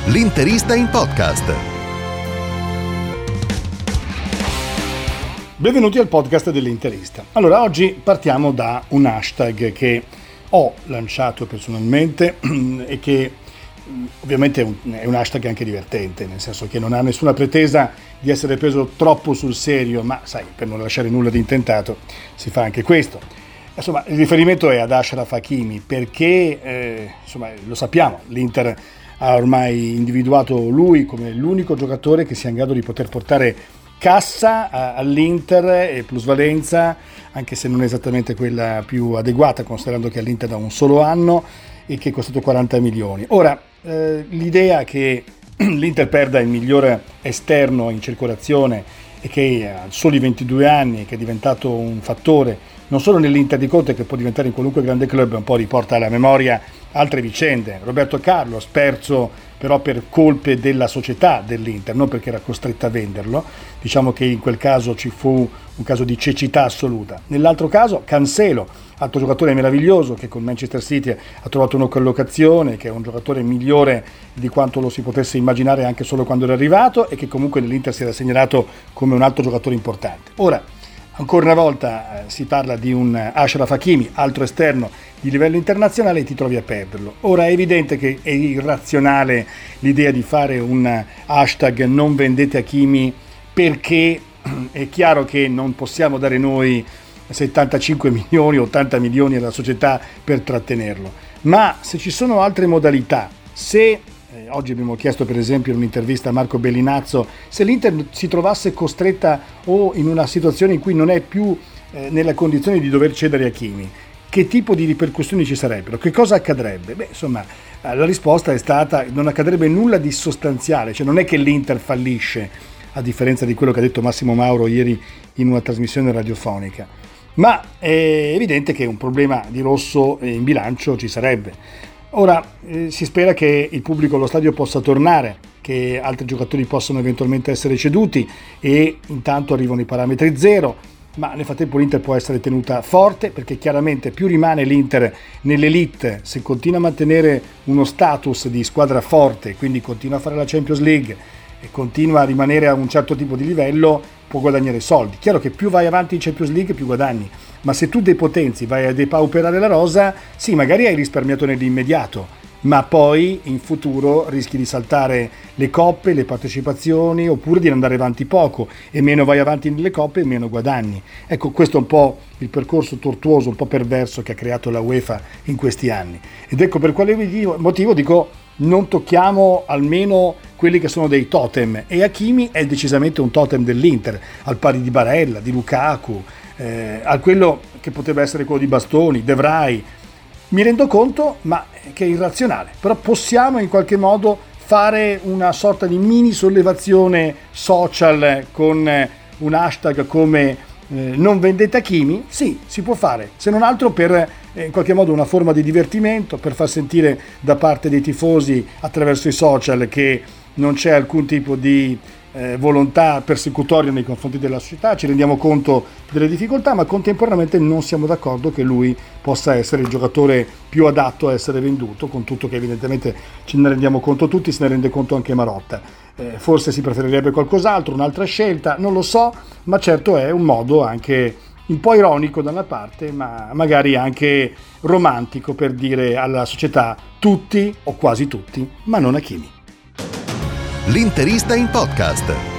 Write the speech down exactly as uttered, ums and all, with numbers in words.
L'Interista in podcast. Benvenuti al podcast dell'Interista. Allora, oggi partiamo da un hashtag che ho lanciato personalmente e che ovviamente è un, è un hashtag anche divertente, nel senso che non ha nessuna pretesa di essere preso troppo sul serio, ma sai, per non lasciare nulla di intentato si fa anche questo. Insomma, il riferimento è ad Achraf Hakimi perché, eh, insomma, lo sappiamo, l'Inter ha ormai individuato lui come l'unico giocatore che sia in grado di poter portare cassa all'Inter e plusvalenza, anche se non è esattamente quella più adeguata, considerando che all'Inter da un solo anno e che è costato quaranta milioni. Ora, eh, l'idea che l'Inter perda il migliore esterno in circolazione e che ha soli ventidue anni, che è diventato un fattore non solo nell'Inter di Conte, che può diventare in qualunque grande club, un po' riporta alla memoria altre vicende. Roberto Carlos, perso però per colpe della società dell'Inter, non perché era costretta a venderlo. Diciamo che in quel caso ci fu un caso di cecità assoluta. Nell'altro caso Cancelo, altro giocatore meraviglioso che con Manchester City ha trovato una collocazione, che è un giocatore migliore di quanto lo si potesse immaginare anche solo quando era arrivato e che comunque nell'Inter si era segnalato come un altro giocatore importante. Ora, ancora una volta eh, si parla di un Achraf Hakimi, altro esterno di livello internazionale, e ti trovi a perderlo. Ora è evidente che è irrazionale l'idea di fare un hashtag non vendete Hakimi, perché è chiaro che non possiamo dare noi settantacinque milioni, ottanta milioni alla società per trattenerlo, ma se ci sono altre modalità, se Eh, oggi abbiamo chiesto per esempio in un'intervista a Marco Bellinazzo se l'Inter si trovasse costretta o in una situazione in cui non è più eh, nella condizione di dover cedere Hakimi, che tipo di ripercussioni ci sarebbero, che cosa accadrebbe? Beh, insomma, eh, la risposta è stata non accadrebbe nulla di sostanziale, cioè non è che l'Inter fallisce, a differenza di quello che ha detto Massimo Mauro ieri in una trasmissione radiofonica, ma è evidente che un problema di rosso in bilancio ci sarebbe. Ora eh, si spera che il pubblico allo stadio possa tornare, che altri giocatori possano eventualmente essere ceduti e intanto arrivano i parametri zero, ma nel frattempo l'Inter può essere tenuta forte, perché chiaramente più rimane l'Inter nell'elite, se continua a mantenere uno status di squadra forte, quindi continua a fare la Champions League e continua a rimanere a un certo tipo di livello, può guadagnare soldi. Chiaro che più vai avanti in Champions League più guadagni, ma se tu depotenzi, vai a depauperare la rosa, sì, magari hai risparmiato nell'immediato, ma poi in futuro rischi di saltare le coppe, le partecipazioni, oppure di andare avanti poco, e meno vai avanti nelle coppe e meno guadagni. Ecco, questo è un po' il percorso tortuoso, un po' perverso che ha creato la UEFA in questi anni, ed ecco per quale motivo dico non tocchiamo almeno quelli che sono dei totem, e Hakimi è decisamente un totem dell'Inter, al pari di Barella, di Lukaku, eh, a quello che potrebbe essere quello di Bastoni, De Vrij. Mi rendo conto, ma che è irrazionale, però possiamo in qualche modo fare una sorta di mini sollevazione social con un hashtag come eh, non vendete Hakimi? Sì, si può fare, se non altro per eh, in qualche modo una forma di divertimento, per far sentire da parte dei tifosi attraverso i social che non c'è alcun tipo di eh, volontà persecutoria nei confronti della società. Ci rendiamo conto delle difficoltà, ma contemporaneamente non siamo d'accordo che lui possa essere il giocatore più adatto a essere venduto, con tutto che evidentemente ce ne rendiamo conto tutti, se ne rende conto anche Marotta. Eh, forse si preferirebbe qualcos'altro, un'altra scelta, non lo so, ma certo è un modo anche un po' ironico da una parte, ma magari anche romantico, per dire alla società tutti o quasi tutti, ma non Hakimi. L'Interista in podcast.